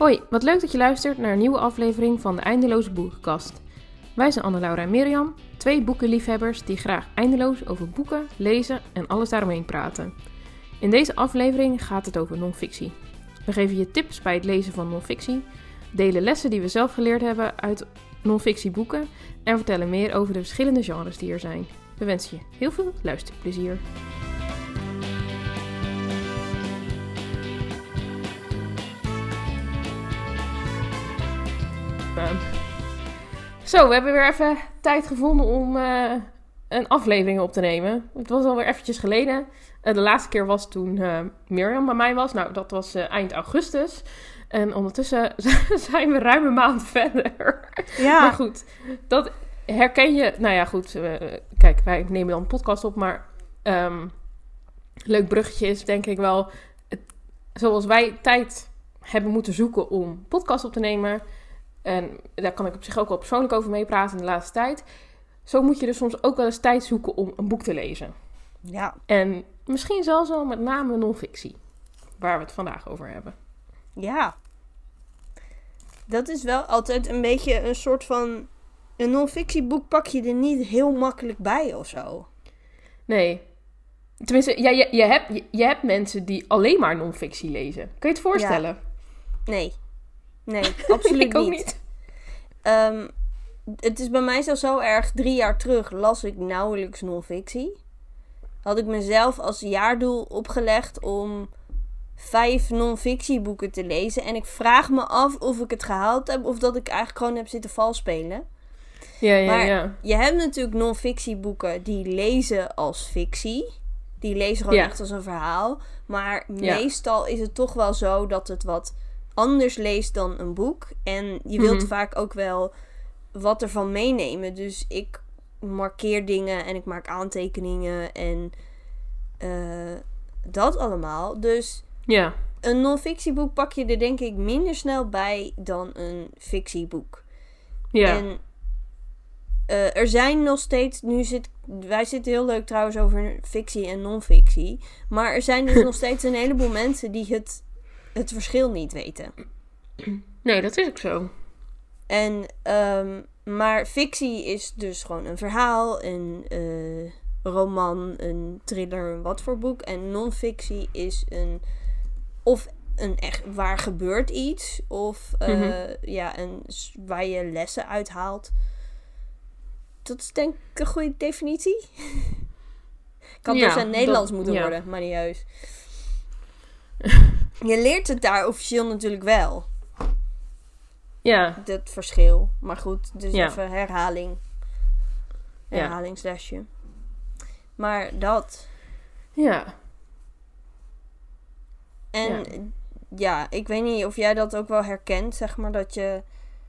Hoi, wat leuk dat je luistert naar een nieuwe aflevering van de Eindeloze Boekenkast. Wij zijn Anne-Laura en Mirjam, twee boekenliefhebbers die graag eindeloos over boeken, lezen en alles daaromheen praten. In deze aflevering gaat het over non-fictie. We geven je tips bij het lezen van non-fictie, delen lessen die we zelf geleerd hebben uit non-fictieboeken en vertellen meer over de verschillende genres die er zijn. We wensen je heel veel luisterplezier. Zo, we hebben weer even tijd gevonden om een aflevering op te nemen. Het was alweer eventjes geleden. De laatste keer was toen Mirjam bij mij was. Nou, dat was eind augustus. En ondertussen zijn we ruim een maand verder. Ja. Maar goed, dat herken je. Nou ja, goed. Kijk, wij nemen dan een podcast op. Maar leuk bruggetje is denk ik wel. Zoals wij tijd hebben moeten zoeken om podcast op te nemen. En daar kan ik op zich ook wel persoonlijk over meepraten in de laatste tijd. Zo moet je dus soms ook wel eens tijd zoeken om een boek te lezen. Ja. En misschien zelfs wel met name non-fictie. Waar we het vandaag over hebben. Ja. Dat is wel altijd een beetje een soort van... Een non-fictieboek pak je er niet heel makkelijk bij of zo. Nee. Tenminste, je hebt mensen die alleen maar non-fictie lezen. Kun je het voorstellen? Ja. Nee, absoluut ik ook niet. Het is bij mij zelfs zo erg. 3 jaar terug las ik nauwelijks non-fictie. Had ik mezelf als jaardoel opgelegd om 5 non-fictieboeken te lezen. En ik vraag me af of ik het gehaald heb of dat ik eigenlijk gewoon heb zitten valspelen. Maar je hebt natuurlijk non-fictieboeken die lezen als fictie. Die lezen gewoon echt als een verhaal. Maar meestal is het toch wel zo dat het wat anders leest dan een boek. En je wilt vaak ook wel wat ervan meenemen. Dus ik markeer dingen en ik maak aantekeningen en dat allemaal. Dus een non-fictieboek pak je er denk ik minder snel bij dan een fictieboek. Ja. En er zijn nog steeds... Wij zitten heel leuk trouwens over fictie en non-fictie. Maar er zijn dus nog steeds een heleboel mensen die het verschil niet weten. Nee, dat is ook zo. En, maar fictie is dus gewoon een verhaal, een roman, een thriller, wat voor boek. En non-fictie is een echt waar gebeurt iets. Of waar je lessen uithaalt. Dat is denk ik een goede definitie. Kan dus in Nederlands moeten worden, maar niet heus. Je leert het daar officieel natuurlijk wel. Ja. Dat verschil. Maar goed, dus even herhaling. Herhalingslesje. Maar dat. Ja. En ik weet niet of jij dat ook wel herkent, zeg maar, dat je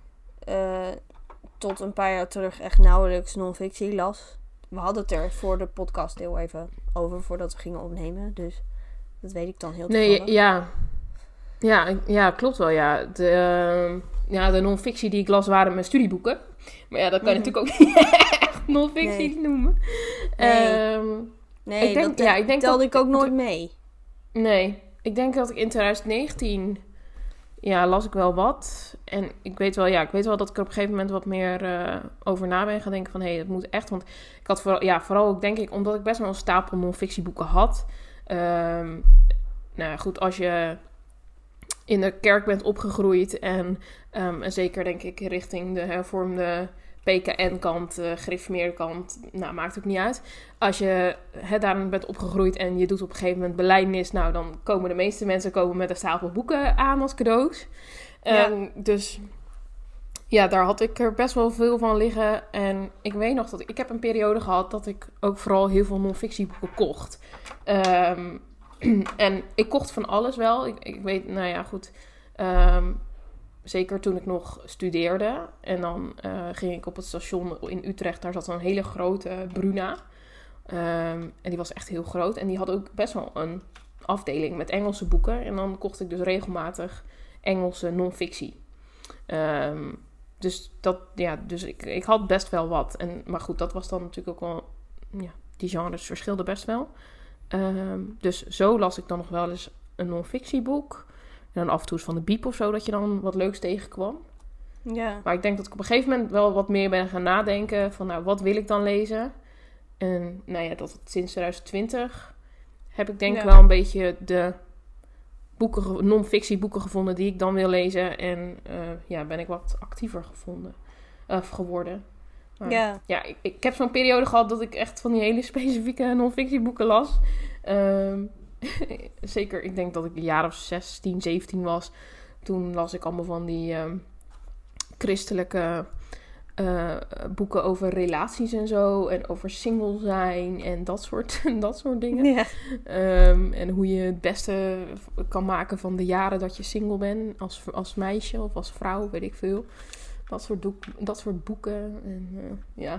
tot een paar jaar terug echt nauwelijks non-fictie las. We hadden het er voor de podcast heel even over, voordat we gingen opnemen, dus dat weet ik dan heel toevallig. Nee, ja, klopt wel, ja. De non-fictie die ik las waren mijn studieboeken. Maar ja, dat kan je natuurlijk ook niet echt non-fictie noemen. Nee, ik denk telde ik ook nooit mee. Nee, ik denk dat ik in 2019... las ik wel wat. En ik weet wel dat ik er op een gegeven moment wat meer over na ben gaan denken van... dat moet echt. Want ik had vooral ook denk ik, omdat ik best wel een stapel non-fictieboeken had. Goed, als je in de kerk bent opgegroeid en zeker denk ik richting de hervormde PKN-kant, gereformeerde kant, maakt ook niet uit. Als je daarin bent opgegroeid en je doet op een gegeven moment belijdenis, dan komen de meeste mensen met een stapel boeken aan als cadeaus. Dus daar had ik er best wel veel van liggen. En ik weet nog dat ik heb een periode gehad dat ik ook vooral heel veel non-fictieboeken kocht. En ik kocht van alles wel. Ik weet, goed. Zeker toen ik nog studeerde. En dan ging ik op het station in Utrecht. Daar zat een hele grote Bruna. En die was echt heel groot. En die had ook best wel een afdeling met Engelse boeken. En dan kocht ik dus regelmatig Engelse non-fictie. Dus ik had best wel wat. Maar goed, dat was dan natuurlijk ook wel... die genres verschilden best wel. Dus zo las ik dan nog wel eens een non-fictieboek. dan af en toe eens van de Biep of zo, dat je dan wat leuks tegenkwam. Ja. Maar ik denk dat ik op een gegeven moment wel wat meer ben gaan nadenken van, nou, wat wil ik dan lezen? En nou ja, dat het sinds 2020 heb ik denk wel een beetje de non-fictieboeken gevonden die ik dan wil lezen. En ben ik wat actiever geworden. Maar, ja, ik heb zo'n periode gehad dat ik echt van die hele specifieke non-fictieboeken las. Zeker, ik denk dat ik een jaar of 16, 17 was. Toen las ik allemaal van die christelijke boeken over relaties en zo. En over single zijn en dat soort dingen. Ja. En hoe je het beste kan maken van de jaren dat je single bent. Als meisje of als vrouw, weet ik veel. Dat soort boeken. En, ja.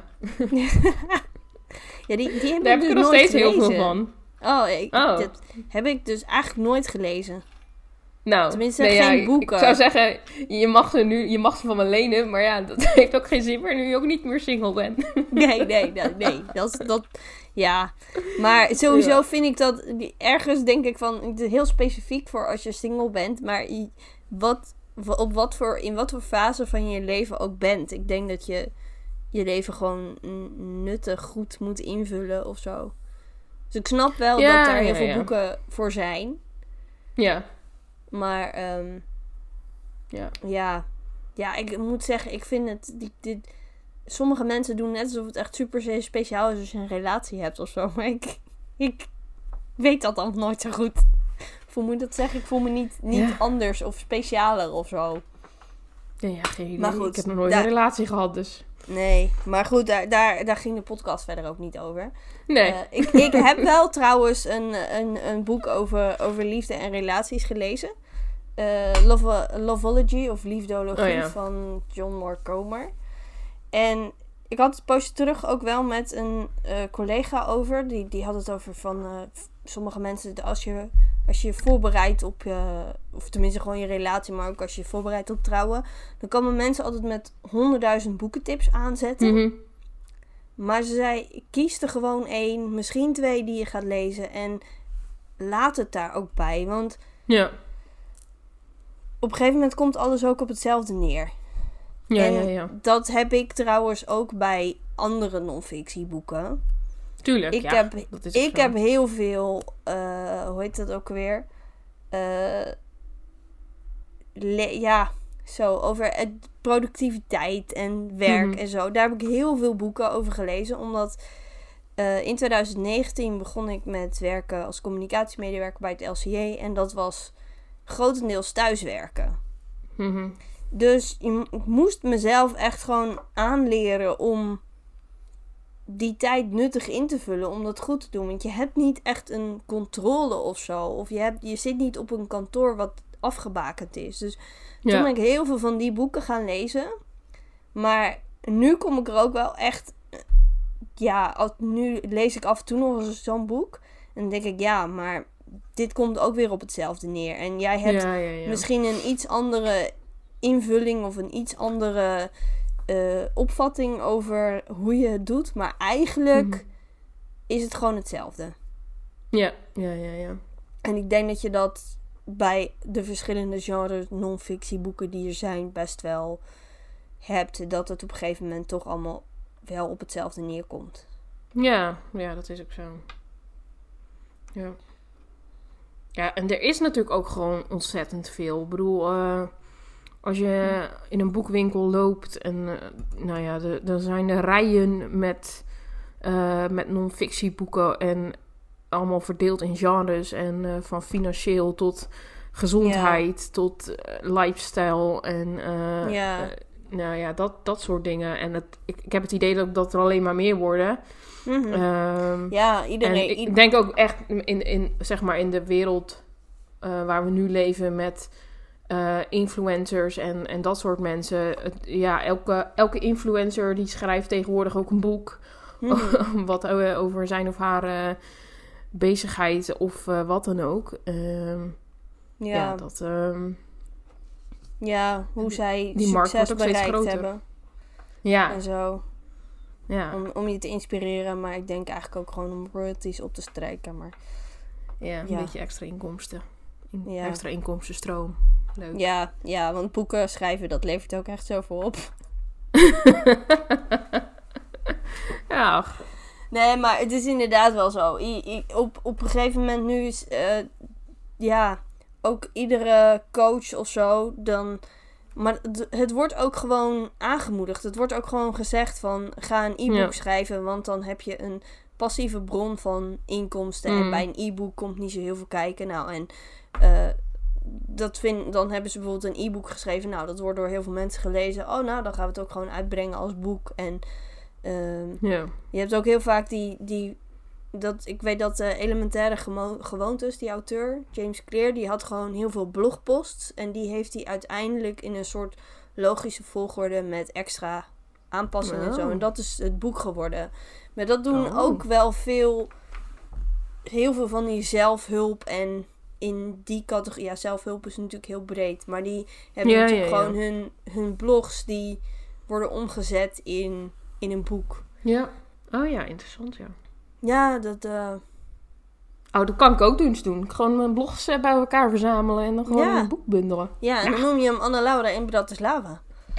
Ja, die heb daar heb ik er nog steeds heel veel van. Dat heb ik dus eigenlijk nooit gelezen. Nou, tenminste, geen boeken. Ik zou zeggen, je mag ze van me lenen, maar ja, dat heeft ook geen zin meer nu je ook niet meer single bent. Nee. Dat, ja. Maar sowieso vind ik dat ergens denk ik van heel specifiek voor als je single bent, maar in wat voor fase van je leven ook bent. Ik denk dat je leven gewoon nuttig goed moet invullen of zo. Dus ik snap wel dat daar heel veel boeken voor zijn. Ja. Maar ik moet zeggen, ik vind het sommige mensen doen net alsof het echt super speciaal is als je een relatie hebt of zo. Maar ik weet dat dan nooit zo goed. Hoe moet ik dat zeggen? Ik voel me niet anders of specialer of zo. Ja, geen idee. Maar goed, ik heb nog nooit een relatie gehad, dus. Nee, maar goed, daar ging de podcast verder ook niet over. Nee. Ik heb wel trouwens een boek over liefde en relaties gelezen. Loveology of Liefdologie van John Moore Comer. En ik had het poosje terug ook wel met een collega over. Die had het over van sommige mensen, als je voorbereidt op of tenminste gewoon je relatie, maar ook als je je voorbereidt op trouwen, dan komen mensen altijd met 100.000 boekentips aanzetten. Mm-hmm. Maar ze zei, kies er gewoon 1, misschien 2 die je gaat lezen en laat het daar ook bij. Want op een gegeven moment komt alles ook op hetzelfde neer. Ja. Dat heb ik trouwens ook bij andere non-fictieboeken. Tuurlijk, Ik heb heel veel, hoe heet dat ook alweer? Over productiviteit en werk en zo. Daar heb ik heel veel boeken over gelezen. Omdat in 2019 begon ik met werken als communicatiemedewerker bij het LCJ. En dat was grotendeels thuiswerken. Mm-hmm. Dus ik moest mezelf echt gewoon aanleren om die tijd nuttig in te vullen om dat goed te doen. Want je hebt niet echt een controle of zo. Of je zit niet op een kantoor wat afgebakend is. Dus toen ben ik heel veel van die boeken gaan lezen. Maar nu kom ik er ook wel echt... nu lees ik af en toe nog eens zo'n boek. En dan denk ik, maar dit komt ook weer op hetzelfde neer. En jij hebt misschien een iets andere invulling of een iets andere opvatting over hoe je het doet. Maar eigenlijk is het gewoon hetzelfde. Ja. En ik denk dat je dat bij de verschillende genres non-fictieboeken die er zijn best wel hebt. Dat het op een gegeven moment toch allemaal wel op hetzelfde neerkomt. Ja, dat is ook zo. Ja, en er is natuurlijk ook gewoon ontzettend veel. Ik bedoel, als je in een boekwinkel loopt en dan zijn er rijen met non-fictieboeken en allemaal verdeeld in genres en van financieel tot gezondheid tot lifestyle en dat soort dingen. En ik heb het idee dat er alleen maar meer worden. Mm-hmm. Iedereen. En ik denk ook echt in de wereld waar we nu leven met influencers en dat soort mensen. Elke influencer die schrijft tegenwoordig ook een boek. Wat over zijn of haar bezigheid of wat dan ook. Hoe zij die markt succes wordt ook steeds bereikt groter. hebben. Ja. En zo. Ja. Om je te inspireren, maar ik denk eigenlijk ook gewoon om royalties op te strijken. Maar een beetje extra inkomsten. Extra inkomstenstroom. Leuk. Ja, want boeken schrijven, dat levert ook echt zoveel op. Ja. Nee, maar het is inderdaad wel zo. Op een gegeven moment nu is... ook iedere coach of zo, dan... Maar het wordt ook gewoon aangemoedigd. Het wordt ook gewoon gezegd van... Ga een e-book schrijven, want dan heb je een passieve bron van inkomsten. En bij een e-book komt niet zo heel veel kijken. Nou, en... dan hebben ze bijvoorbeeld een e-book geschreven. Nou, dat wordt door heel veel mensen gelezen. Oh, nou, dan gaan we het ook gewoon uitbrengen als boek. En je hebt ook heel vaak ik weet dat Elementaire Gewoontes, die auteur, James Clear, die had gewoon heel veel blogposts. En die heeft hij uiteindelijk in een soort logische volgorde met extra aanpassingen en zo. En dat is het boek geworden. Maar dat doen ook wel heel veel van die zelfhulp en... In die categorie, ja, zelfhulp is natuurlijk heel breed. Maar die hebben natuurlijk gewoon hun blogs die worden omgezet in een boek. Ja. Oh ja, interessant, ja. Ja, dat... dat kan ik ook eens doen. Gewoon mijn blogs bij elkaar verzamelen en dan gewoon een boek bundelen. Ja, en dan noem je hem Anna Laura in Bratislava.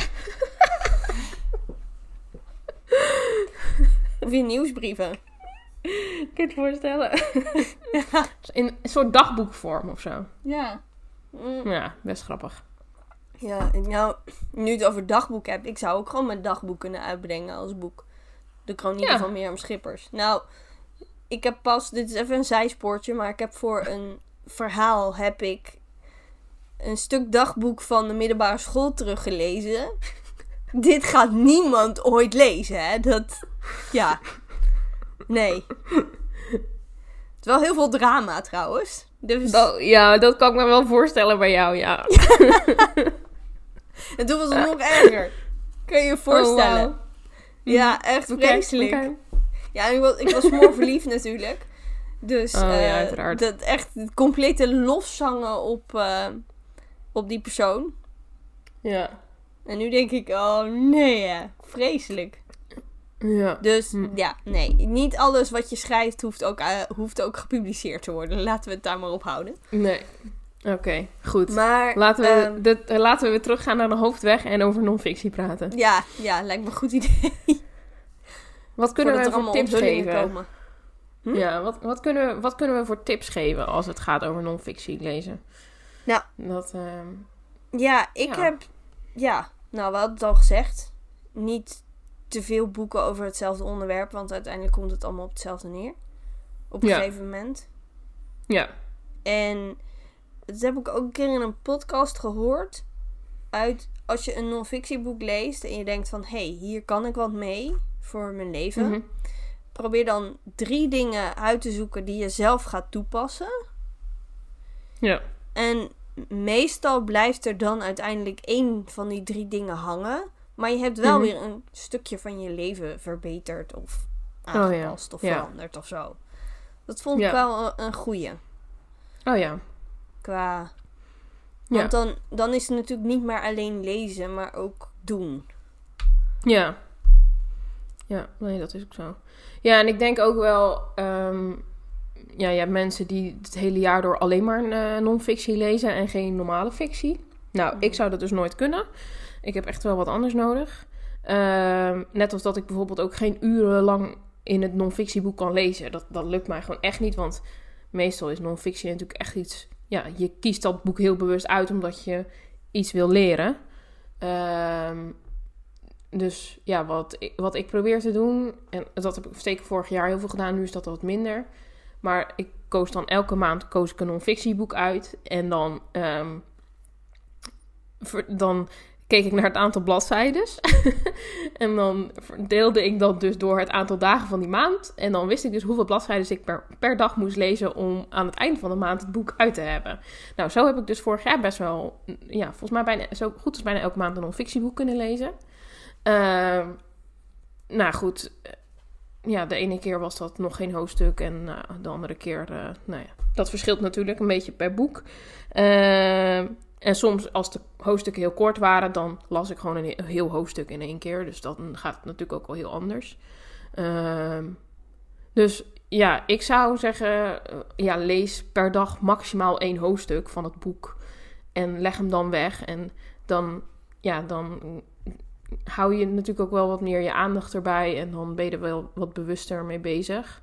Of in nieuwsbrieven. Kun je het voorstellen? In een soort dagboekvorm of zo. Ja. Ja, best grappig. Ja, nou, nu het over dagboek heb, ik zou ook gewoon mijn dagboek kunnen uitbrengen als boek. De Chronieken van Mirjam Schippers. Nou, ik heb dit is even een zijspoortje, maar ik heb voor een verhaal een stuk dagboek van de middelbare school teruggelezen. Dit gaat niemand ooit lezen, hè? Nee. Het is wel heel veel drama trouwens. Dus... dat kan ik me wel voorstellen bij jou, ja. En toen was het nog erger. Kun je je voorstellen? Oh, wow. Ja, echt vreselijk. Okay. Ja, ik was smoorverliefd natuurlijk. Dus uiteraard. Dat echt het complete lofzangen op die persoon. Ja. En nu denk ik, oh nee, vreselijk. Ja. Dus nee. Niet alles wat je schrijft hoeft ook gepubliceerd te worden. Laten we het daar maar op houden. Nee. Oké, goed. Maar, laten we weer teruggaan naar de hoofdweg en over non-fictie praten. Ja, lijkt me een goed idee. Wat kunnen we voor tips geven? Komen. Ja, wat kunnen we voor tips geven als het gaat over non-fictie lezen? Nou. Ik heb... Ja, nou, we hadden het al gezegd. Niet te veel boeken over hetzelfde onderwerp, want uiteindelijk komt het allemaal op hetzelfde neer. Op een gegeven moment. Ja. En dat heb ik ook een keer in een podcast gehoord. Als je een non-fictieboek leest en je denkt van... hier kan ik wat mee voor mijn leven. Mm-hmm. Probeer dan 3 dingen uit te zoeken die je zelf gaat toepassen. Ja. En meestal blijft er dan uiteindelijk 1 van die 3 dingen hangen. Maar je hebt wel weer een stukje van je leven verbeterd of aangepast of veranderd of zo. Dat vond ik wel een goeie. Oh ja. Want dan is het natuurlijk niet meer alleen lezen, maar ook doen. Ja. Ja, nee, dat is ook zo. Ja, en ik denk ook wel... je hebt mensen die het hele jaar door alleen maar non-fictie lezen en geen normale fictie. Nou, ik zou dat dus nooit kunnen. Ik heb echt wel wat anders nodig. Net als dat ik bijvoorbeeld ook geen uren lang in het non-fictieboek kan lezen. Dat lukt mij gewoon echt niet, want meestal is non-fictie natuurlijk echt iets... Ja, je kiest dat boek heel bewust uit omdat je iets wil leren. Dus ja, wat ik probeer te doen... En dat heb ik zeker vorig jaar heel veel gedaan. Nu is dat wat minder. Maar ik koos dan elke maand een non-fictieboek uit. En dan keek ik naar het aantal bladzijdes. En dan deelde ik dat dus door het aantal dagen van die maand. En dan wist ik dus hoeveel bladzijdes ik per dag moest lezen... om aan het eind van de maand het boek uit te hebben. Nou, zo heb ik dus vorig jaar best wel... Ja, volgens mij zo goed als bijna elke maand een non-fictieboek kunnen lezen. Nou goed... Ja, de ene keer was dat nog geen hoofdstuk en de andere keer, dat verschilt natuurlijk een beetje per boek. En soms als de hoofdstukken heel kort waren, dan las ik gewoon een heel hoofdstuk in 1 keer. Dus dan gaat het natuurlijk ook wel heel anders. Dus ja, ik zou zeggen, lees per dag maximaal 1 hoofdstuk van het boek. En leg hem dan weg. En dan hou je natuurlijk ook wel wat meer je aandacht erbij. En dan ben je er wel wat bewuster mee bezig.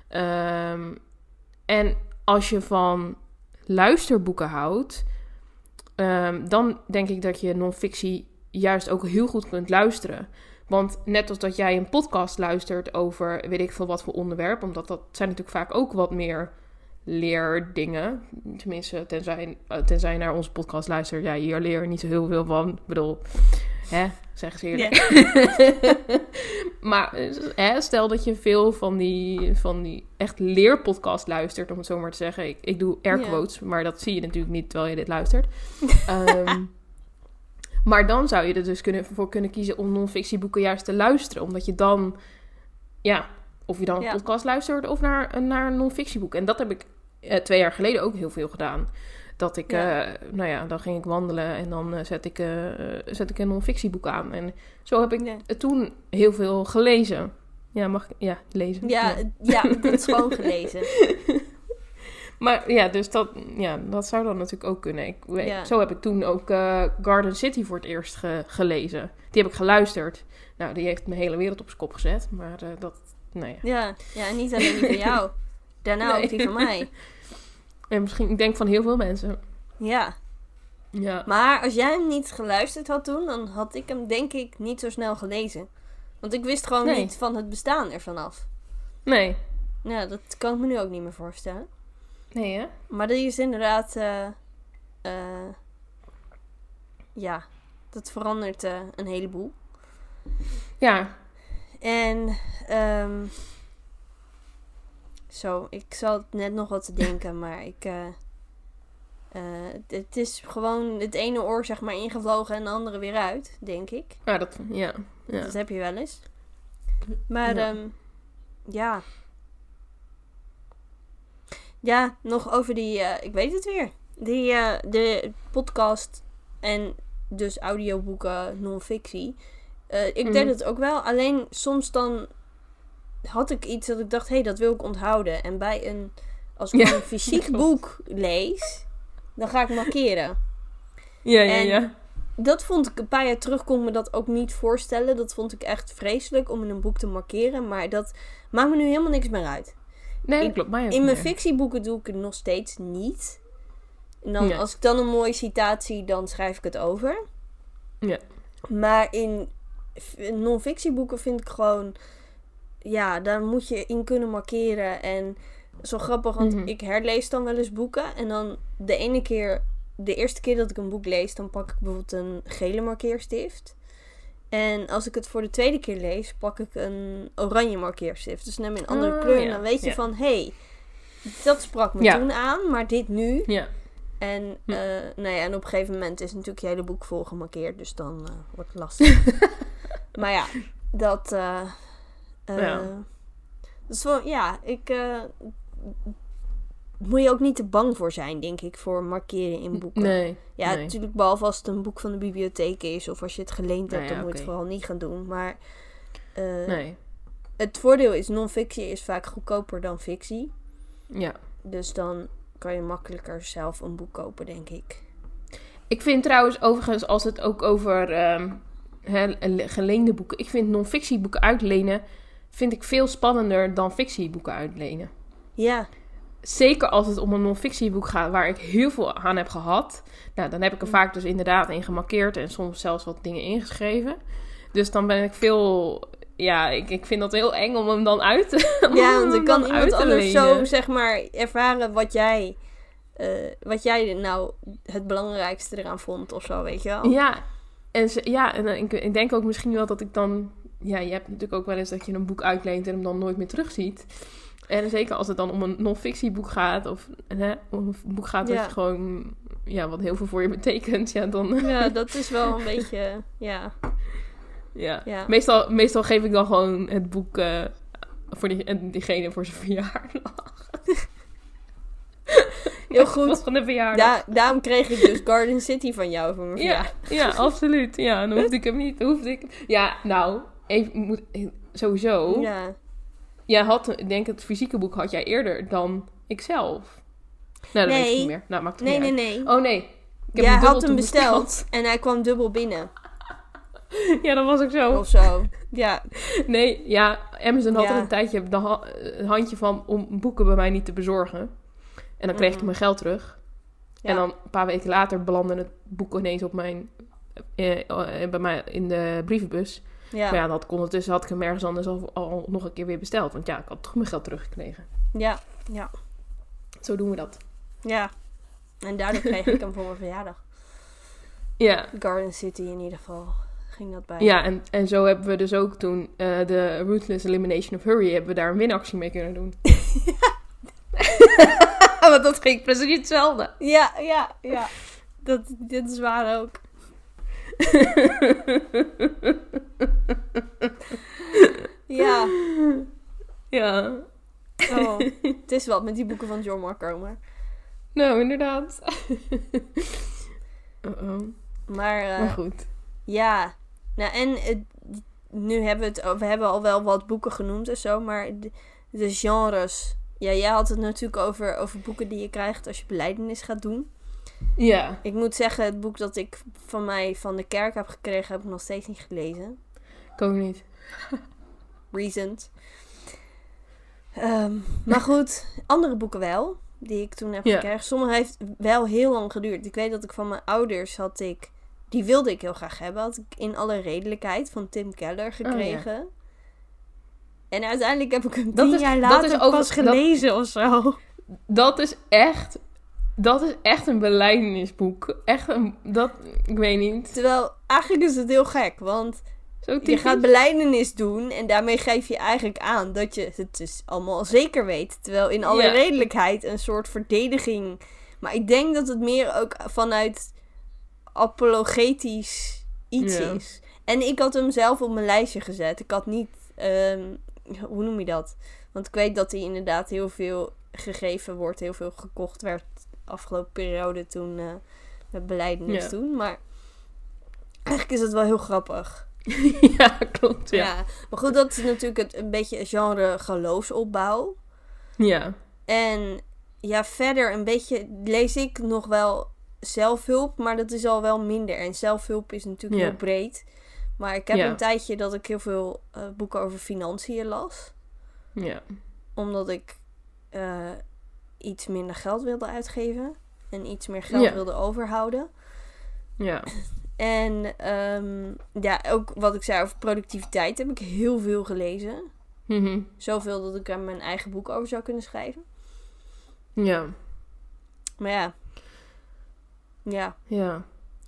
En als je van luisterboeken houdt, dan denk ik dat je non-fictie juist ook heel goed kunt luisteren. Want net als dat jij een podcast luistert over weet ik veel wat voor onderwerp, omdat dat zijn natuurlijk vaak ook wat meer leerdingen. Tenminste, tenzij je naar onze podcast luistert. Ja, hier leer je niet zo heel veel van. Ik bedoel, zeggen ze eerlijk. Yeah. Maar stel dat je veel van die echt leerpodcast luistert, om het zo maar te zeggen. Ik doe air quotes, maar dat zie je natuurlijk niet terwijl je dit luistert. Maar dan zou je er dus voor kunnen kiezen om non-fictieboeken juist te luisteren. Omdat je dan, of je dan een podcast luistert of naar een non-fictieboek. En dat heb ik 2 jaar geleden ook heel veel gedaan. Dat ik, dan ging ik wandelen en dan zet ik een non-fictieboek aan. En zo heb ik toen heel veel gelezen. Ja, lezen? Ja, dat is gewoon gelezen. Maar ja, dus dat zou dan natuurlijk ook kunnen. Zo heb ik toen ook Garden City voor het eerst gelezen. Die heb ik geluisterd. Nou, die heeft mijn hele wereld op zijn kop gezet. Maar Ja, niet alleen die van jou. Daarna ook die van mij. En misschien, ik denk van heel veel mensen. Ja. Maar als jij hem niet geluisterd had toen, dan had ik hem denk ik niet zo snel gelezen. Want ik wist gewoon niet van het bestaan ervan af. Nee. Ja, dat kan ik me nu ook niet meer voorstellen. Nee, hè? Maar die is inderdaad... dat verandert een heleboel. Ja. En... ik zat net nog wat te denken, maar het is gewoon het ene oor zeg maar ingevlogen en de andere weer uit, denk ik. Ja. Dat heb je wel eens. Maar Ja, nog over die, ik weet het weer. De podcast en dus audioboeken, non-fictie. Ik deed het ook wel, alleen soms dan had ik iets dat ik dacht, dat wil ik onthouden. En als ik een fysiek boek lees, dan ga ik markeren. Ja. Dat vond ik een paar jaar terug, kon ik me dat ook niet voorstellen. Dat vond ik echt vreselijk om in een boek te markeren. Maar dat maakt me nu helemaal niks meer uit. Nee, klopt. In mijn fictieboeken doe ik het nog steeds niet. En dan, als ik dan een mooie citaat zie, dan schrijf ik het over. Ja. Maar in non-fictieboeken vind ik gewoon... Ja, daar moet je in kunnen markeren. En zo grappig, want ik herlees dan wel eens boeken. En dan de eerste keer dat ik een boek lees, dan pak ik bijvoorbeeld een gele markeerstift. En als ik het voor de tweede keer lees, pak ik een oranje markeerstift. Dus neem je een andere kleur en dan weet je van... dat sprak me toen aan, maar dit nu. Ja. En, en op een gegeven moment is natuurlijk je hele boek vol gemarkeerd. Dus dan wordt het lastig. Maar ja, dat... dus moet je ook niet te bang voor zijn, denk ik, voor markeren in boeken. Nee. Natuurlijk, behalve als het een boek van de bibliotheek is of als je het geleend hebt, dan moet je het vooral niet gaan doen. Maar het voordeel is, non-fictie is vaak goedkoper dan fictie. Ja. Dus dan kan je makkelijker zelf een boek kopen, denk ik. Ik vind trouwens, overigens, als het ook over geleende boeken... Ik vind non-fictieboeken uitlenen vind ik veel spannender dan fictieboeken uitlenen. Ja. Zeker als het om een non-fictieboek gaat waar ik heel veel aan heb gehad. Nou, dan heb ik er vaak dus inderdaad in gemarkeerd en soms zelfs wat dingen ingeschreven. Dus dan ben ik veel... Ja, ik vind dat heel eng om hem dan uit te want dan kan iemand anders zo, zeg maar, ervaren wat jij nou het belangrijkste eraan vond of zo, weet je wel. Ja, en ik denk ook misschien wel dat ik dan... Ja, je hebt natuurlijk ook wel eens dat je een boek uitleent en hem dan nooit meer terugziet. En zeker als het dan om een non-fictieboek gaat, of om een boek gaat dat je gewoon, wat heel veel voor je betekent, dan... Ja, dat is wel een beetje, Ja. Meestal geef ik dan gewoon het boek voor diegene voor zijn verjaardag. Heel goed. Van de verjaardag. Daarom kreeg ik dus Garden City van jou voor mijn verjaardag. Ja, absoluut. Ja, dan hoefde ik hem niet. Ja, nou, sowieso. Ja. jij had, ik denk het fysieke boek had jij eerder dan ikzelf. Nou, dat weet ik niet meer. Nou, maakt het niet uit. Nee. Oh nee. Ik heb Jij dubbel had hem toen besteld en hij kwam dubbel binnen. Ja, dat was ook zo. Of zo. Ja. Nee, ja, Amazon had Ja. er een tijdje een handje van om boeken bij mij niet te bezorgen. En dan kreeg ik mijn geld terug. Ja. En dan een paar weken later belandde het boek ineens op mijn, bij mij in de brievenbus. Ja. Maar ja, dat kon ondertussen had ik hem ergens anders al nog een keer weer besteld. Want ja, ik had toch mijn geld teruggekregen. Ja. Zo doen we dat. Ja. En daardoor kreeg ik hem voor mijn verjaardag. Ja, Garden City in ieder geval. Ging dat bij. ja en zo hebben we dus ook toen de Ruthless Elimination of Hurry... hebben we daar een winactie mee kunnen doen. Want dat ging precies hetzelfde. Ja. Dit is waar ook. Ja. Ja. Oh. Het is wat met die boeken van John Mark Comer. Nou, inderdaad. Uh-oh. Maar goed. ja. Nou, en nu hebben we hebben al wel wat boeken genoemd en zo, maar de genres. Ja, jij had het natuurlijk over boeken die je krijgt als je belijdenis gaat doen. Ja. Ik moet zeggen, het boek dat ik van de kerk heb gekregen, heb ik nog steeds niet gelezen. Ik ook niet. Reasons. Maar goed, andere boeken wel, die ik toen heb gekregen. Sommige heeft wel heel lang geduurd. Ik weet dat ik van mijn ouders die wilde ik heel graag hebben. Had ik In Alle Redelijkheid van Tim Keller gekregen. Oh, ja. En uiteindelijk heb ik hem 10 jaar later pas gelezen of zo. Dat is echt een belijdenisboek. Ik weet niet. Terwijl, eigenlijk is het heel gek, want je gaat belijdenis doen en daarmee geef je eigenlijk aan dat je het dus allemaal zeker weet. Terwijl In Alle Redelijkheid een soort verdediging. Maar ik denk dat het meer ook vanuit apologetisch iets is. En ik had hem zelf op mijn lijstje gezet. Ik had niet, hoe noem je dat? Want ik weet dat hij inderdaad heel veel gegeven wordt, heel veel gekocht werd de afgelopen periode toen met belijdenis toen. Maar eigenlijk is het wel heel grappig. Ja, klopt, ja. Maar goed, dat is natuurlijk een beetje een genre geloofsopbouw. Ja. En ja, verder een beetje lees ik nog wel zelfhulp, maar dat is al wel minder. En zelfhulp is natuurlijk heel breed. Maar ik heb een tijdje dat ik heel veel boeken over financiën las. Ja. Omdat ik iets minder geld wilde uitgeven. En iets meer geld wilde overhouden. Ja. En ook wat ik zei over productiviteit heb ik heel veel gelezen. Mm-hmm. Zoveel dat ik er mijn eigen boek over zou kunnen schrijven. Ja. Maar ja. Ja. Ja.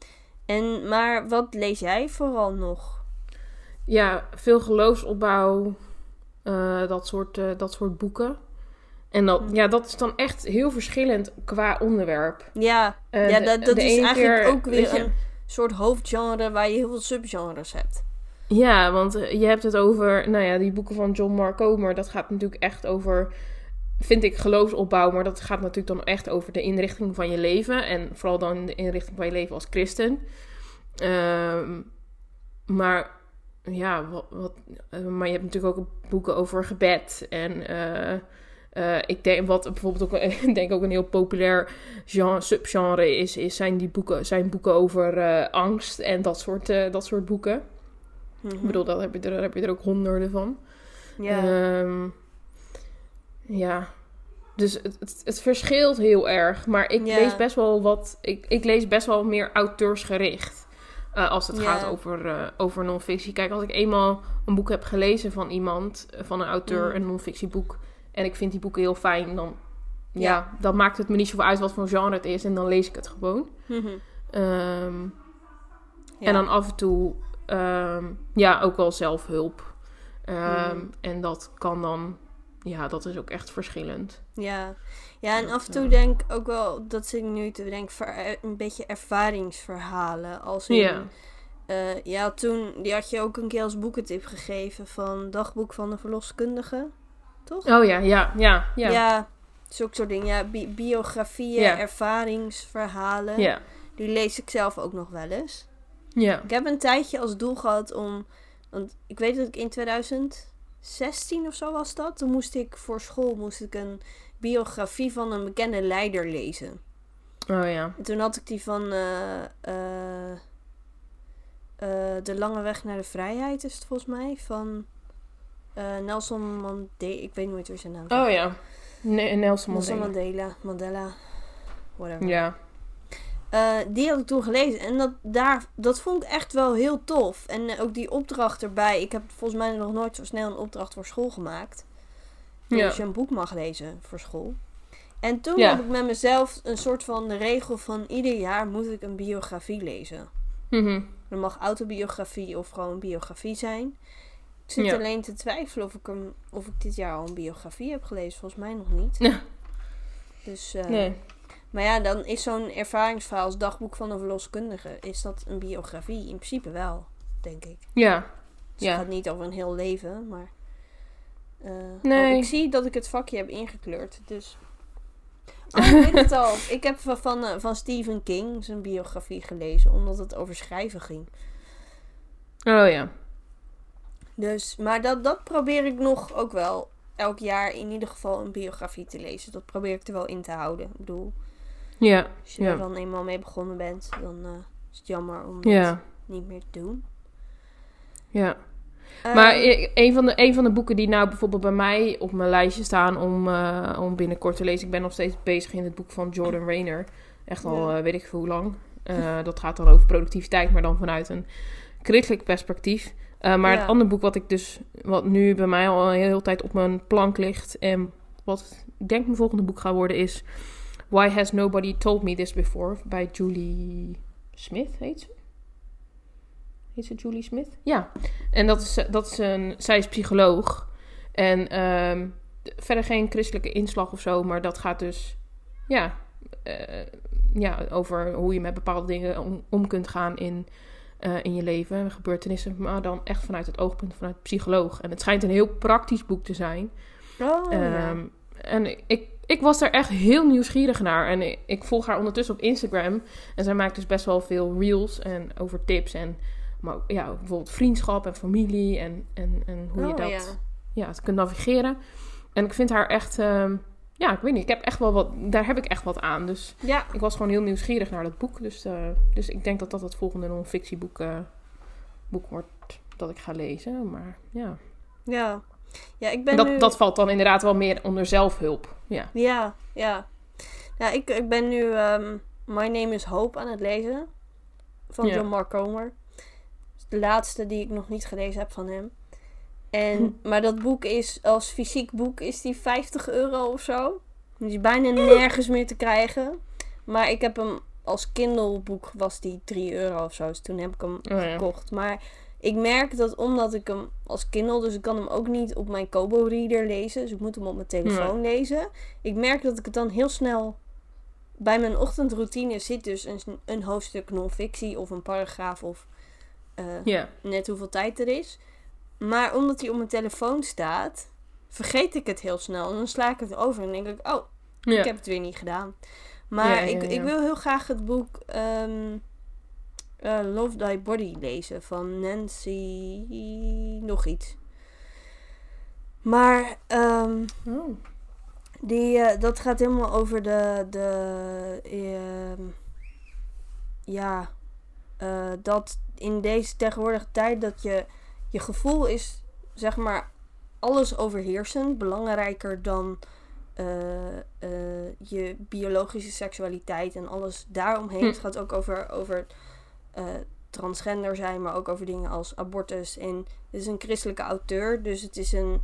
Maar wat lees jij vooral nog? Ja, veel geloofsopbouw. Dat soort boeken. En dat is dan echt heel verschillend qua onderwerp. Ja, dat is eigenlijk ook weer een soort hoofdgenre waar je heel veel subgenres hebt. Ja, want je hebt het over, die boeken van John Mark Comer. Dat gaat natuurlijk echt over, vind ik, geloofsopbouw. Maar dat gaat natuurlijk dan echt over de inrichting van je leven. En vooral dan de inrichting van je leven als christen. Maar ja, maar je hebt natuurlijk ook boeken over gebed. En ik denk wat bijvoorbeeld ook, denk ook een heel populair subgenre is zijn boeken over angst en dat soort boeken. Mm-hmm. Ik bedoel, daar heb je er ook honderden van. Ja. Dus het verschilt heel erg. Maar ik lees best wel wat. Ik lees best wel meer auteursgericht. Als het gaat over non-fictie. Kijk, als ik eenmaal een boek heb gelezen van iemand, van een auteur, een non-fictieboek, en ik vind die boeken heel fijn, dan maakt het me niet zoveel uit wat voor genre het is. En dan lees ik het gewoon. Mm-hmm. En dan af en toe, ook wel zelfhulp. En dat kan dan, dat is ook echt verschillend. Ja, en af en toe denk ik ook wel, dat zit ik nu te denken, een beetje ervaringsverhalen. Als in, toen, die had je ook een keer als boekentip gegeven van Dagboek van de Verloskundige, toch? Oh ja. Ja, zulke soort dingen. Ja, biografieën, ervaringsverhalen. Ja. Die lees ik zelf ook nog wel eens. Ja. Ik heb een tijdje als doel gehad want ik weet dat ik in 2000, 16 of zo was dat. Toen moest ik voor school een biografie van een bekende leider lezen. Oh ja. En toen had ik die van De Lange Weg naar de Vrijheid, is het volgens mij. Van Nelson Mandela. Ik weet nooit hoe zijn naam is. Oh ja. Nelson Mandela. Mandela. Whatever. Ja. Die had ik toen gelezen. En dat vond ik echt wel heel tof. En ook die opdracht erbij. Ik heb volgens mij nog nooit zo snel een opdracht voor school gemaakt. Dus je een boek mag lezen voor school. En toen had ik met mezelf een soort van de regel van ieder jaar moet ik een biografie lezen. Mm-hmm. Er mag autobiografie of gewoon biografie zijn. Ik zit alleen te twijfelen of ik dit jaar al een biografie heb gelezen. Volgens mij nog niet. Ja. Dus, nee. Maar ja, dan is zo'n ervaringsverhaal als dagboek van een verloskundige, is dat een biografie? In principe wel, denk ik. Ja. Dus het gaat niet over een heel leven, maar... nee. Ik zie dat ik het vakje heb ingekleurd, dus... Oh, ik weet het al. Ik heb van Stephen King zijn biografie gelezen, omdat het over schrijven ging. Oh ja. Dus, maar dat probeer ik nog ook wel elk jaar in ieder geval een biografie te lezen. Dat probeer ik er wel in te houden. Ik bedoel, als je er dan eenmaal mee begonnen bent, dan is het jammer om het niet meer te doen. Ja. Maar een van de boeken die nou bijvoorbeeld bij mij op mijn lijstje staan om binnenkort te lezen. Ik ben nog steeds bezig in het boek van Jordan Rayner. Echt al weet ik hoe lang. Dat gaat dan over productiviteit, maar dan vanuit een christelijk perspectief. Maar het andere boek wat nu bij mij al een hele tijd op mijn plank ligt. En wat ik denk mijn volgende boek gaat worden is Why Has Nobody Told Me This Before? Bij Julie Smith, heet ze? Heet ze Julie Smith? Ja. En zij is psycholoog. En verder geen christelijke inslag of zo. Maar dat gaat dus over hoe je met bepaalde dingen om kunt gaan in je leven. Gebeurtenissen. Maar dan echt vanuit het oogpunt vanuit de psycholoog. En het schijnt een heel praktisch boek te zijn. En ik was daar echt heel nieuwsgierig naar. En ik volg haar ondertussen op Instagram. En zij maakt dus best wel veel reels en over tips en... Maar ja, bijvoorbeeld vriendschap en familie en hoe je dat kunt navigeren. En ik vind haar echt... ik weet niet, ik heb echt wel wat... Daar heb ik echt wat aan. Dus ik was gewoon heel nieuwsgierig naar dat boek. Dus ik denk dat het volgende non-fictieboek wordt dat ik ga lezen. Maar ja. Ja, ik ben dat valt dan inderdaad wel meer onder zelfhulp. Ja. Ja, ik ben nu My Name is Hope aan het lezen. Van John Mark Comer. De laatste die ik nog niet gelezen heb van hem. Maar dat boek is, als fysiek boek, is die €50 of zo. Die is bijna nergens meer te krijgen. Maar ik heb hem als Kindle boek, was die €3 of zo. Dus toen heb ik hem gekocht. Maar ik merk dat omdat ik hem als Kindle, dus ik kan hem ook niet op mijn Kobo Reader lezen. Dus ik moet hem op mijn telefoon lezen. Ik merk dat ik het dan heel snel... Bij mijn ochtendroutine zit dus een hoofdstuk non-fictie of een paragraaf of... net hoeveel tijd er is. Maar omdat hij op mijn telefoon staat, vergeet ik het heel snel. En dan sla ik het over en denk ik, ik heb het weer niet gedaan. Maar ik wil heel graag het boek Love Thy Body lezen van Nancy nog iets. Maar dat gaat helemaal over dat in deze tegenwoordige tijd dat je gevoel is, zeg maar, alles overheersend, belangrijker dan je biologische seksualiteit en alles daaromheen. Het gaat ook over transgender zijn, maar ook over dingen als abortus. En het is een christelijke auteur, dus het is een...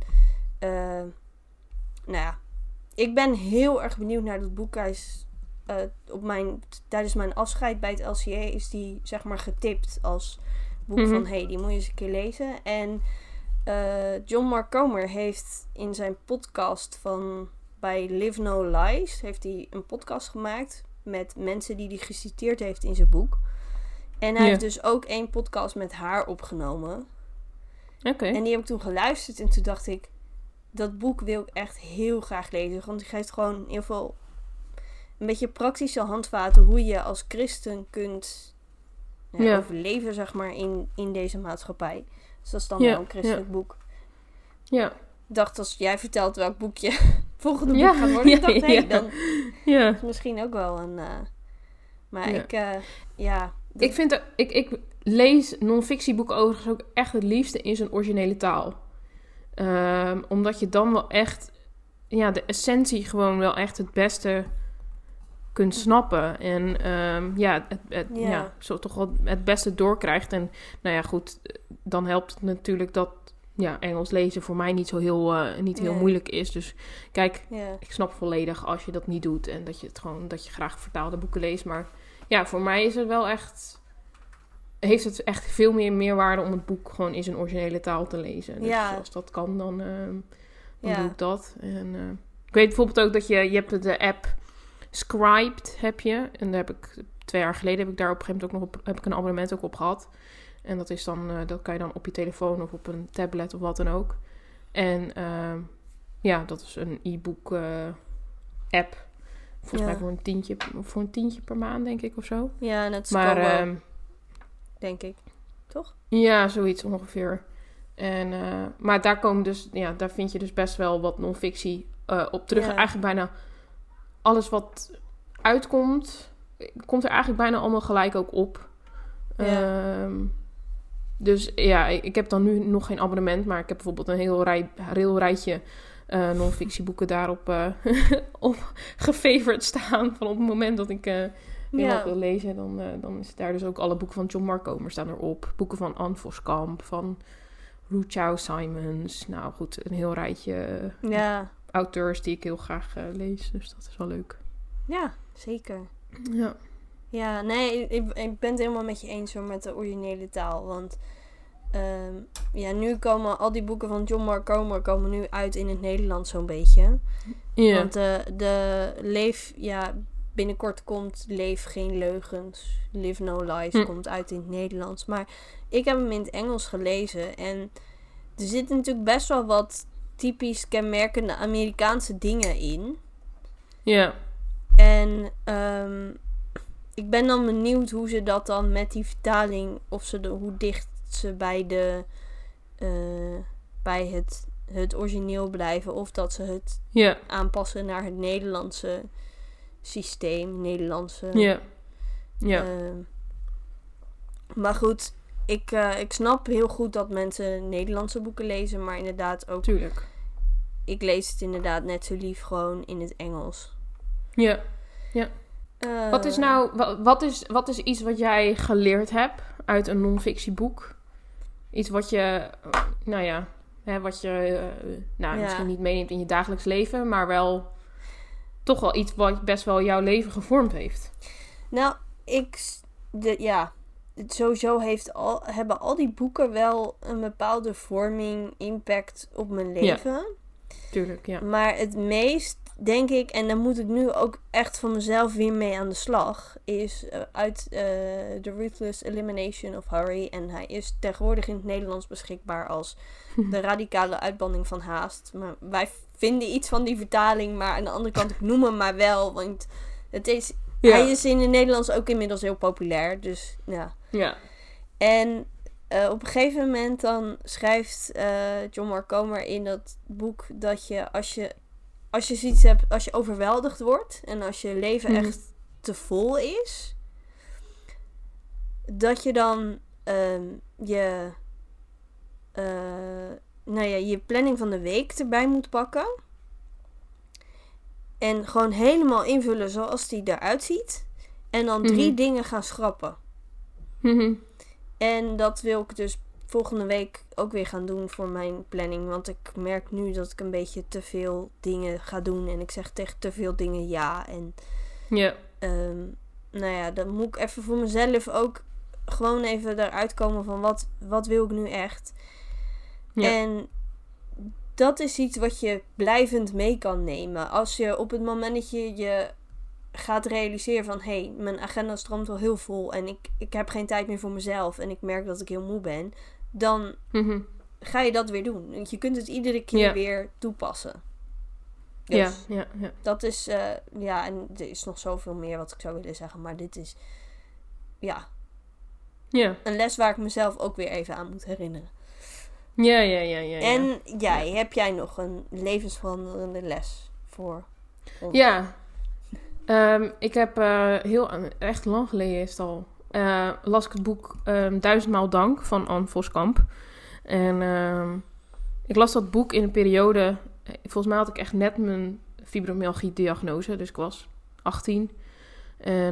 ik ben heel erg benieuwd naar dat boek. Hij is... tijdens mijn afscheid bij het LCA is die, zeg maar, getipt als boek van, die moet je eens een keer lezen. En John Mark Comer heeft in zijn podcast bij Live No Lies, heeft hij een podcast gemaakt met mensen die hij geciteerd heeft in zijn boek. En hij heeft dus ook 1 podcast met haar opgenomen. Okay. En die heb ik toen geluisterd en toen dacht ik, dat boek wil ik echt heel graag lezen. Want die geeft gewoon heel veel... Een beetje praktische handvaten hoe je als christen kunt overleven, zeg maar, in deze maatschappij. Dus dat is dan wel een christelijk boek. Ja. Ik dacht, als jij vertelt welk boekje volgende boek gaat worden, ik dacht, nee, dan Ja. is misschien ook wel een... maar Ja. Ik lees non-fictieboeken overigens ook echt het liefste in zijn originele taal. Omdat je dan wel echt... Ja, de essentie gewoon wel echt het beste kunt snappen. En zo toch wel het beste doorkrijgt. En nou ja, goed, dan helpt het natuurlijk dat Engels lezen voor mij niet zo heel moeilijk is. Dus kijk, ik snap volledig als je dat niet doet. En dat je graag vertaalde boeken leest. Maar ja, voor mij is het wel echt... Heeft het echt veel meer meerwaarde om het boek gewoon in zijn originele taal te lezen. Dus als dat kan, dan doe ik dat. En ik weet bijvoorbeeld ook dat je hebt de app Scribd, heb je. En daar heb ik 2 jaar geleden heb ik daar op een gegeven moment ook nog een abonnement ook op gehad. En dat is dan, dat kan je dan op je telefoon of op een tablet of wat dan ook. En dat is een e-book app. Volgens mij voor een tientje per maand, denk ik, of zo. Ja, net maar denk ik. Toch? Ja, zoiets ongeveer. En, maar daar daar vind je dus best wel wat non-fictie op terug. Eigenlijk bijna alles wat uitkomt, komt er eigenlijk bijna allemaal gelijk ook op. Dus ja, ik heb dan nu nog geen abonnement, maar ik heb bijvoorbeeld een heel rijtje non-fictieboeken daarop op gefavored staan. Van op het moment dat ik heel wat wil lezen, dan is daar dus ook alle boeken van John Mark Comer staan erop. Boeken van Anne Voskamp, van Rousseau Simons. Nou goed, een heel rijtje auteurs die ik heel graag lees. Dus dat is wel leuk. Ja, zeker. Ja. Ja, nee, ik ben het helemaal met je eens hoor, met de originele taal. Want nu komen al die boeken van John Mark Comer komen nu uit in het Nederlands zo'n beetje. Ja. Want binnenkort komt Leef geen leugens, Live no lies, komt uit in het Nederlands. Maar ik heb hem in het Engels gelezen en er zitten natuurlijk best wel wat typisch kenmerkende Amerikaanse dingen in. Ja. En ik ben dan benieuwd hoe ze dat dan met die vertaling, hoe dicht ze bij het origineel blijven, of dat ze het aanpassen naar het Nederlandse systeem, Nederlandse. Maar goed, ik snap heel goed dat mensen Nederlandse boeken lezen, maar inderdaad ook. Tuurlijk. Ik lees het inderdaad net zo lief gewoon in het Engels. Ja. Wat is iets wat jij geleerd hebt uit een non-fictieboek? Iets wat je, misschien niet meeneemt in je dagelijks leven, maar wel toch wel iets wat best wel jouw leven gevormd heeft. Nou, sowieso hebben al die boeken wel een bepaalde vorming, impact op mijn leven. Ja, tuurlijk, ja. Maar het meest, denk ik, en daar moet ik nu ook echt van mezelf weer mee aan de slag, is uit The Ruthless Elimination of Hurry. En hij is tegenwoordig in het Nederlands beschikbaar als De radicale uitbanning van haast. Maar wij vinden iets van die vertaling, maar aan de andere kant, ik noem hem maar wel, want het is... Ja. Hij is in het Nederlands ook inmiddels heel populair, dus ja. Ja. En op een gegeven moment dan schrijft John Mark Comer in dat boek dat je als je zoiets hebt, als je overweldigd wordt en als je leven echt te vol is, dat je dan je planning van de week erbij moet pakken. En gewoon helemaal invullen zoals die eruit ziet. En dan 3 dingen gaan schrappen. Mm-hmm. En dat wil ik dus volgende week ook weer gaan doen voor mijn planning. Want ik merk nu dat ik een beetje te veel dingen ga doen. En ik zeg tegen te veel dingen ja. En dan moet ik even voor mezelf ook gewoon even eruit komen van wat wil ik nu echt. Ja. En dat is iets wat je blijvend mee kan nemen. Als je op het moment dat je gaat realiseren van... Hé, mijn agenda stroomt wel heel vol. En ik heb geen tijd meer voor mezelf. En ik merk dat ik heel moe ben. Dan ga je dat weer doen. Want je kunt het iedere keer weer toepassen. Dus dat is... en er is nog zoveel meer wat ik zou willen zeggen. Maar dit is... een les waar ik mezelf ook weer even aan moet herinneren. Ja. En heb jij nog een levensveranderende les voor ons? Ja. Ik heb echt lang geleden is het al, las ik het boek 1000maal Dank van Anne Voskamp. En ik las dat boek in een periode, volgens mij had ik echt net mijn fibromyalgie-diagnose, dus ik was 18. En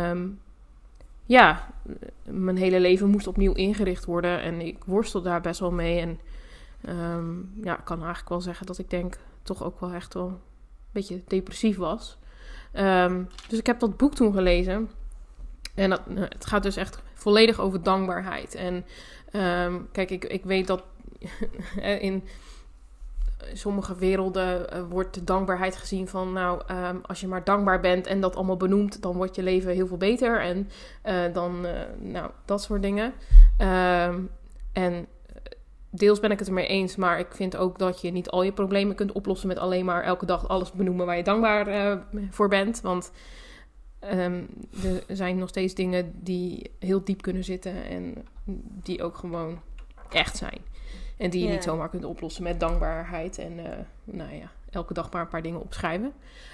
mijn hele leven moest opnieuw ingericht worden en ik worstel daar best wel mee. En ik kan eigenlijk wel zeggen dat ik denk toch ook wel echt wel een beetje depressief was. Dus ik heb dat boek toen gelezen. En het gaat dus echt volledig over dankbaarheid. En kijk, ik weet dat in sommige werelden wordt de dankbaarheid gezien van... als je maar dankbaar bent en dat allemaal benoemt... dan wordt je leven heel veel beter. En dat soort dingen. En deels ben ik het ermee eens, maar ik vind ook dat je niet al je problemen kunt oplossen met alleen maar elke dag alles benoemen waar je dankbaar voor bent. Want er zijn nog steeds dingen die heel diep kunnen zitten en die ook gewoon echt zijn. En die je niet zomaar kunt oplossen met dankbaarheid en elke dag maar een paar dingen opschrijven.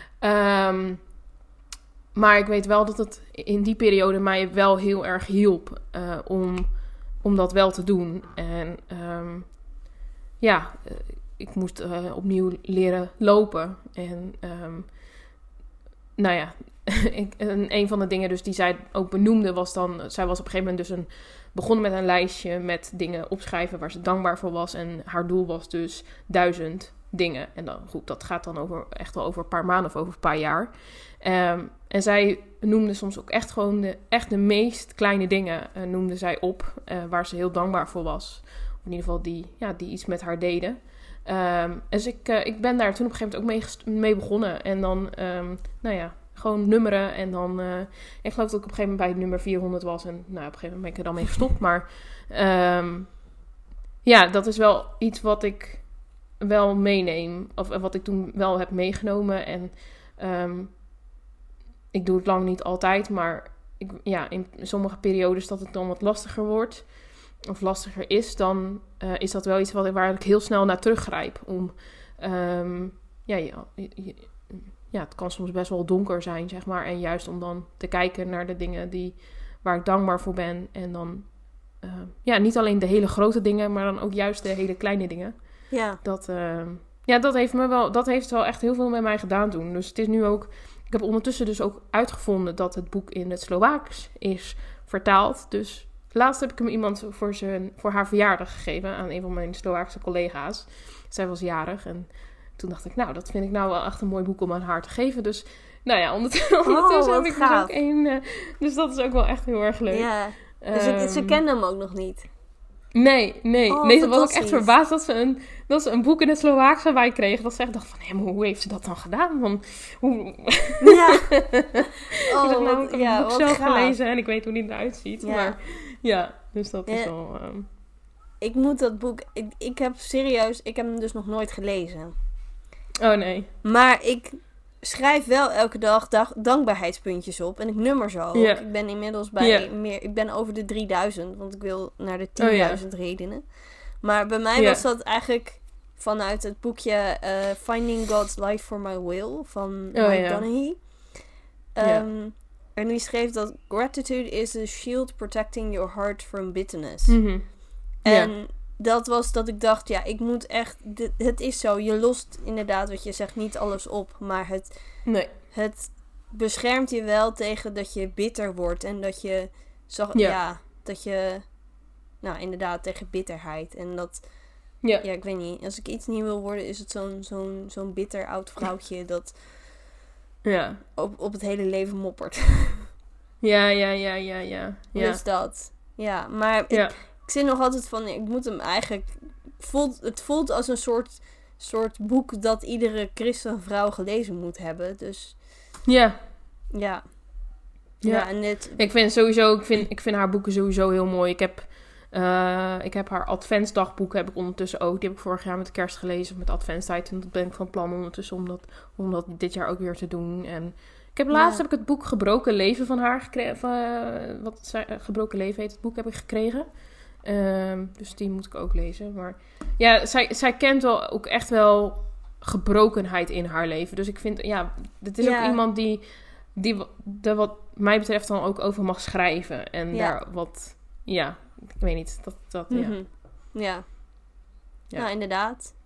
Maar ik weet wel dat het in die periode mij wel heel erg hielp om dat wel te doen. En ik moest opnieuw leren lopen. En een van de dingen dus die zij ook benoemde was dan... Zij was op een gegeven moment dus begonnen met een lijstje met dingen opschrijven waar ze dankbaar voor was. En haar doel was dus 1000 dingen. En dan goed, dat gaat dan echt wel over een paar maanden of over een paar jaar. En zij noemde soms ook echt gewoon de meest kleine dingen noemde zij op. Waar ze heel dankbaar voor was. Of in ieder geval die iets met haar deden. Dus ik ben daar toen op een gegeven moment ook mee begonnen. En dan, gewoon nummeren. En dan, ik geloof dat ik op een gegeven moment bij nummer 400 was. En op een gegeven moment ben ik er dan mee gestopt. Maar dat is wel iets wat ik wel meeneem. Of wat ik toen wel heb meegenomen. En ik doe het lang niet altijd. Maar in sommige periodes dat het dan wat lastiger wordt. Of lastiger is. Dan is dat wel iets waar ik heel snel naar teruggrijp. Om, het kan soms best wel donker zijn, zeg maar. En juist om dan te kijken naar de dingen waar ik dankbaar voor ben. En dan, niet alleen de hele grote dingen, maar dan ook juist de hele kleine dingen. Ja. Dat heeft wel echt heel veel met mij gedaan toen. Dus het is nu ook... Ik heb ondertussen dus ook uitgevonden dat het boek in het Slovaaks is vertaald. Dus laatst heb ik hem iemand voor haar verjaardag gegeven aan een van mijn Slovaakse collega's. Zij was jarig en toen dacht ik, dat vind ik nou wel echt een mooi boek om aan haar te geven. Dus ondertussen heb ik dus ook één. Dus dat is ook wel echt heel erg leuk. Ja, dus ze kende hem ook nog niet. Nee. Ze was ook echt verbaasd dat ze een boek in het Slovaaks erbij kreeg. Dat ze echt dacht van, maar hoe heeft ze dat dan gedaan? Van, hoe... Ja. Ik heb het boek zelf gelezen en ik weet hoe die eruit ziet. Ja. Maar dus dat is wel... Ik moet dat boek... Ik heb hem dus nog nooit gelezen. Oh nee. Maar ik schrijf wel elke dag dankbaarheidspuntjes op. En ik nummer ze ook. Ik ben inmiddels bij meer... Ik ben over de 3000. Want ik wil naar de 10.000 redenen. Maar bij mij was dat eigenlijk vanuit het boekje Finding God's Light for My Will. Van Mike Donehey. En die schreef dat gratitude is a shield protecting your heart from bitterness. Mm-hmm. En dat was dat ik dacht, ik moet echt... Het is zo, je lost inderdaad wat je zegt niet alles op. Maar het beschermt je wel tegen dat je bitter wordt. En dat je... dat je... Nou, inderdaad, tegen bitterheid. En dat... Ja, ik weet niet. Als ik iets niet wil worden, is het zo'n bitter oud vrouwtje dat... op het hele leven moppert. Ja. Dus dat. Ja, maar... Ik zit nog altijd van, ik moet hem eigenlijk... Het voelt als een soort boek dat iedere christenvrouw gelezen moet hebben. Dus... Ja. En dit... Ik vind haar boeken sowieso heel mooi. Ik heb haar adventsdagboek heb ik ondertussen ook. Die heb ik vorig jaar met kerst gelezen, met adventstijd. En dat ben ik van plan ondertussen om dat dit jaar ook weer te doen. En laatst heb ik het boek Gebroken Leven van haar gekregen. Gebroken Leven heet het boek, heb ik gekregen. Dus die moet ik ook lezen. Maar ja, zij kent wel ook echt wel gebrokenheid in haar leven. Dus ik vind, dit is ook iemand die er wat mij betreft dan ook over mag schrijven. En daar wat, ik weet niet, dat Ja. Nou, inderdaad.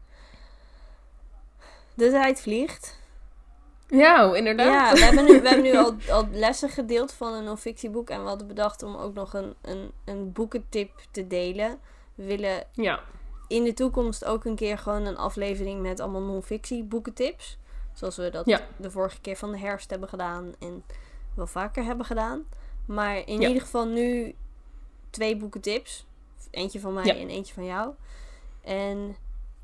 De tijd vliegt. Ja, inderdaad. Ja, we hebben nu al lessen gedeeld van een non-fictieboek. En we hadden bedacht om ook nog een boekentip te delen. We willen in de toekomst ook een keer gewoon een aflevering met allemaal non-fictie boekentips. Zoals we dat de vorige keer van de herfst hebben gedaan. En wel vaker hebben gedaan. Maar in ieder geval nu 2 boekentips. Eentje van mij en eentje van jou. En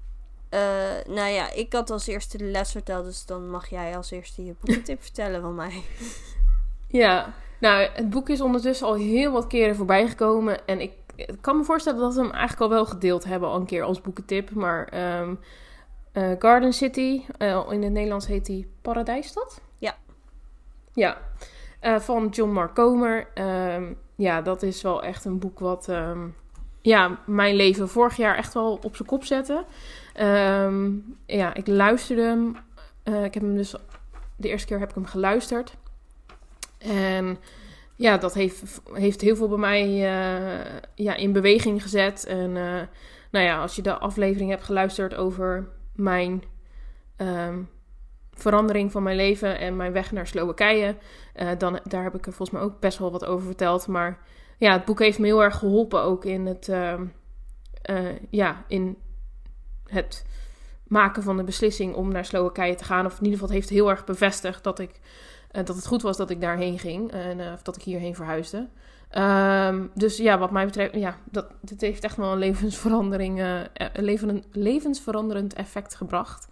ik had als eerste de les verteld. Dus dan mag jij als eerste je boekentip vertellen van mij. Ja, nou, het boek is ondertussen al heel wat keren voorbij gekomen. En ik kan me voorstellen dat we hem eigenlijk al wel gedeeld hebben al een keer als boekentip. Maar Garden City, in het Nederlands heet die Paradijsstad? Ja. Ja, van John Mark Comer. Dat is wel echt een boek wat mijn leven vorig jaar echt wel op zijn kop zette. Ik luisterde hem. Ik heb hem dus de eerste keer heb ik hem geluisterd. En dat heeft heel veel bij mij in beweging gezet. En als je de aflevering hebt geluisterd over mijn verandering van mijn leven en mijn weg naar Slowakije, daar heb ik er volgens mij ook best wel wat over verteld. Maar het boek heeft me heel erg geholpen ook in het maken van de beslissing om naar Slowakije te gaan. Of in ieder geval, het heeft heel erg bevestigd dat het goed was dat ik daarheen ging. En dat ik hierheen verhuisde. Dus wat mij betreft, dit heeft echt wel een levensveranderend effect gebracht.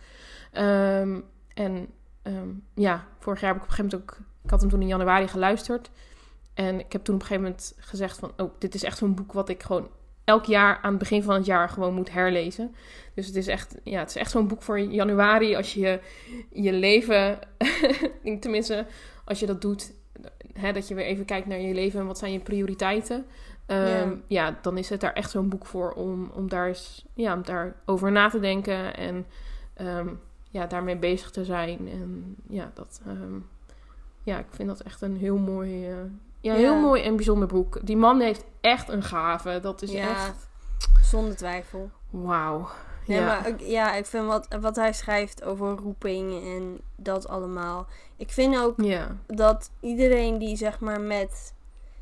Vorig jaar heb ik op een gegeven moment ook, ik had hem toen in januari geluisterd. En ik heb toen op een gegeven moment gezegd van, dit is echt zo'n boek wat ik gewoon elk jaar aan het begin van het jaar gewoon moet herlezen. Dus het is echt zo'n boek voor januari als je je leven, tenminste als je dat doet, dat je weer even kijkt naar je leven en wat zijn je prioriteiten. Dan is het daar echt zo'n boek voor om daar eens, om daarover na te denken en daarmee bezig te zijn. En ik vind dat echt een heel mooi, heel mooi en bijzonder boek. Die man heeft echt een gave. Dat is echt, zonder twijfel. Wauw. Nee, maar ik vind wat hij schrijft over roeping en dat allemaal. Ik vind ook dat iedereen die zeg maar met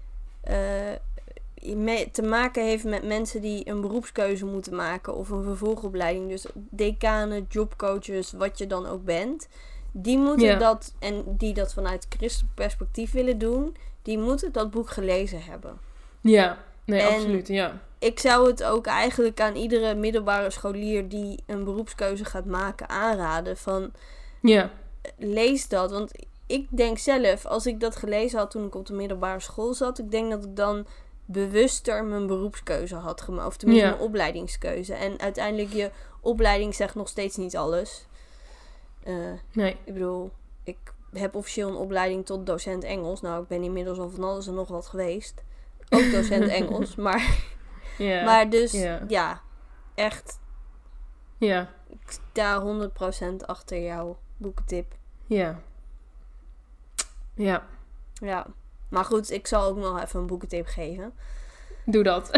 te maken heeft met mensen die een beroepskeuze moeten maken of een vervolgopleiding, dus decanen, jobcoaches, wat je dan ook bent, die moeten dat, en die dat vanuit christelijk perspectief willen doen, die moeten dat boek gelezen hebben. Ja, nee, absoluut, Ik zou het ook eigenlijk aan iedere middelbare scholier die een beroepskeuze gaat maken aanraden van lees dat. Want ik denk zelf, als ik dat gelezen had toen ik op de middelbare school zat, ik denk dat ik dan bewuster mijn beroepskeuze had gemaakt. Of tenminste mijn opleidingskeuze. En uiteindelijk je opleiding zegt nog steeds niet alles. Nee. Ik bedoel, ik heb officieel een opleiding tot docent Engels. Nou, ik ben inmiddels al van alles en nog wat geweest. Ook docent Engels, maar... Maar dus, echt. Ja. Ik sta 100% achter jouw boekentip. Ja. Ja. Maar goed, ik zal ook nog even een boekentip geven. Doe dat.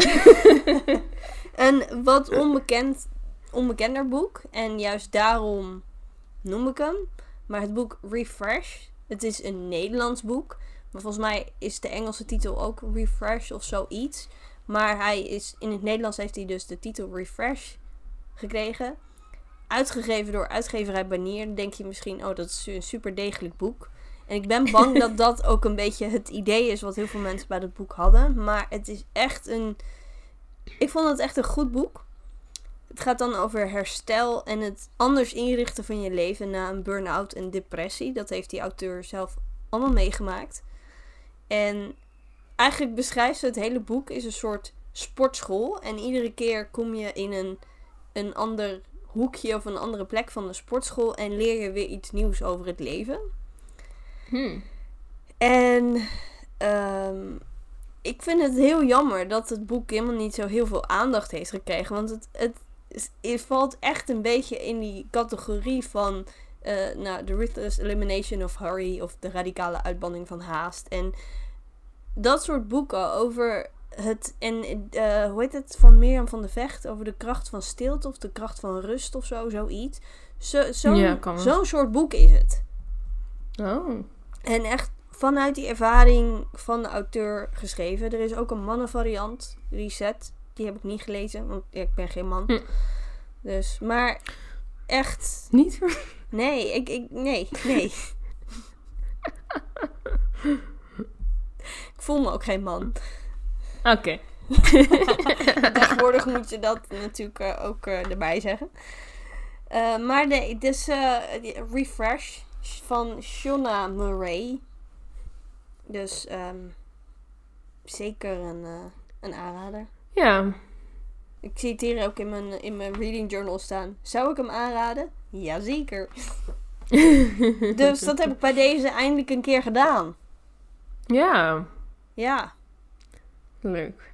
Een wat onbekender boek. En juist daarom noem ik hem. Maar het boek Refresh. Het is een Nederlands boek. Maar volgens mij is de Engelse titel ook Refresh of zoiets. Maar in het Nederlands heeft hij dus de titel Refresh gekregen. Uitgegeven door uitgeverij Banier. Dan denk je misschien, dat is een super degelijk boek. En ik ben bang dat dat ook een beetje het idee is wat heel veel mensen bij dat boek hadden. Maar het is echt ik vond het echt een goed boek. Het gaat dan over herstel en het anders inrichten van je leven na een burn-out en depressie. Dat heeft die auteur zelf allemaal meegemaakt. En eigenlijk beschrijft ze het hele boek is een soort sportschool. En iedere keer kom je in een ander hoekje of een andere plek van de sportschool en leer je weer iets nieuws over het leven. En ik vind het heel jammer dat het boek helemaal niet zo heel veel aandacht heeft gekregen. Want het valt echt een beetje in die categorie van The Ruthless Elimination of Hurry of de radicale uitbanning van haast. En dat soort boeken over hoe heet het, van Mirjam van de Vecht, over de kracht van stilte of de kracht van rust of zoiets. Zo'n soort boek is het. Oh. En echt vanuit die ervaring van de auteur geschreven. Er is ook een mannenvariant, Reset. Die heb ik niet gelezen, want ik ben geen man. Dus, maar echt... Niet? Nee, nee. Ik voel me ook geen man. Oké. Tegenwoordig moet je dat natuurlijk ook erbij zeggen. Maar nee, dus Refresh van Shona Murray. Dus zeker een aanrader. Ja. Ik zie het hier ook in mijn reading journal staan. Zou ik hem aanraden? Jazeker. Dus dat heb ik bij deze eindelijk een keer gedaan. Ja. Ja. Leuk.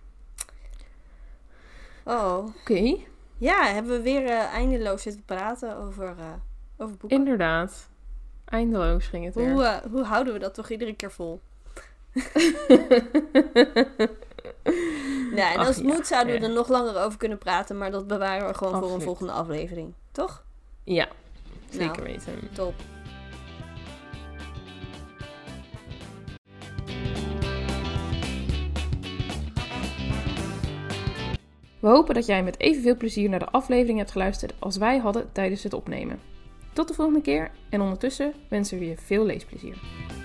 Oh. Oké. Ja, hebben we weer eindeloos zitten praten over boeken. Inderdaad. Eindeloos ging het weer. Hoe houden we dat toch iedere keer vol? En als het moet zouden we er nog langer over kunnen praten. Maar dat bewaren we gewoon voor een volgende aflevering. Toch? Ja, zeker weten. Top. We hopen dat jij met evenveel plezier naar de aflevering hebt geluisterd als wij hadden tijdens het opnemen. Tot de volgende keer en ondertussen wensen we je veel leesplezier.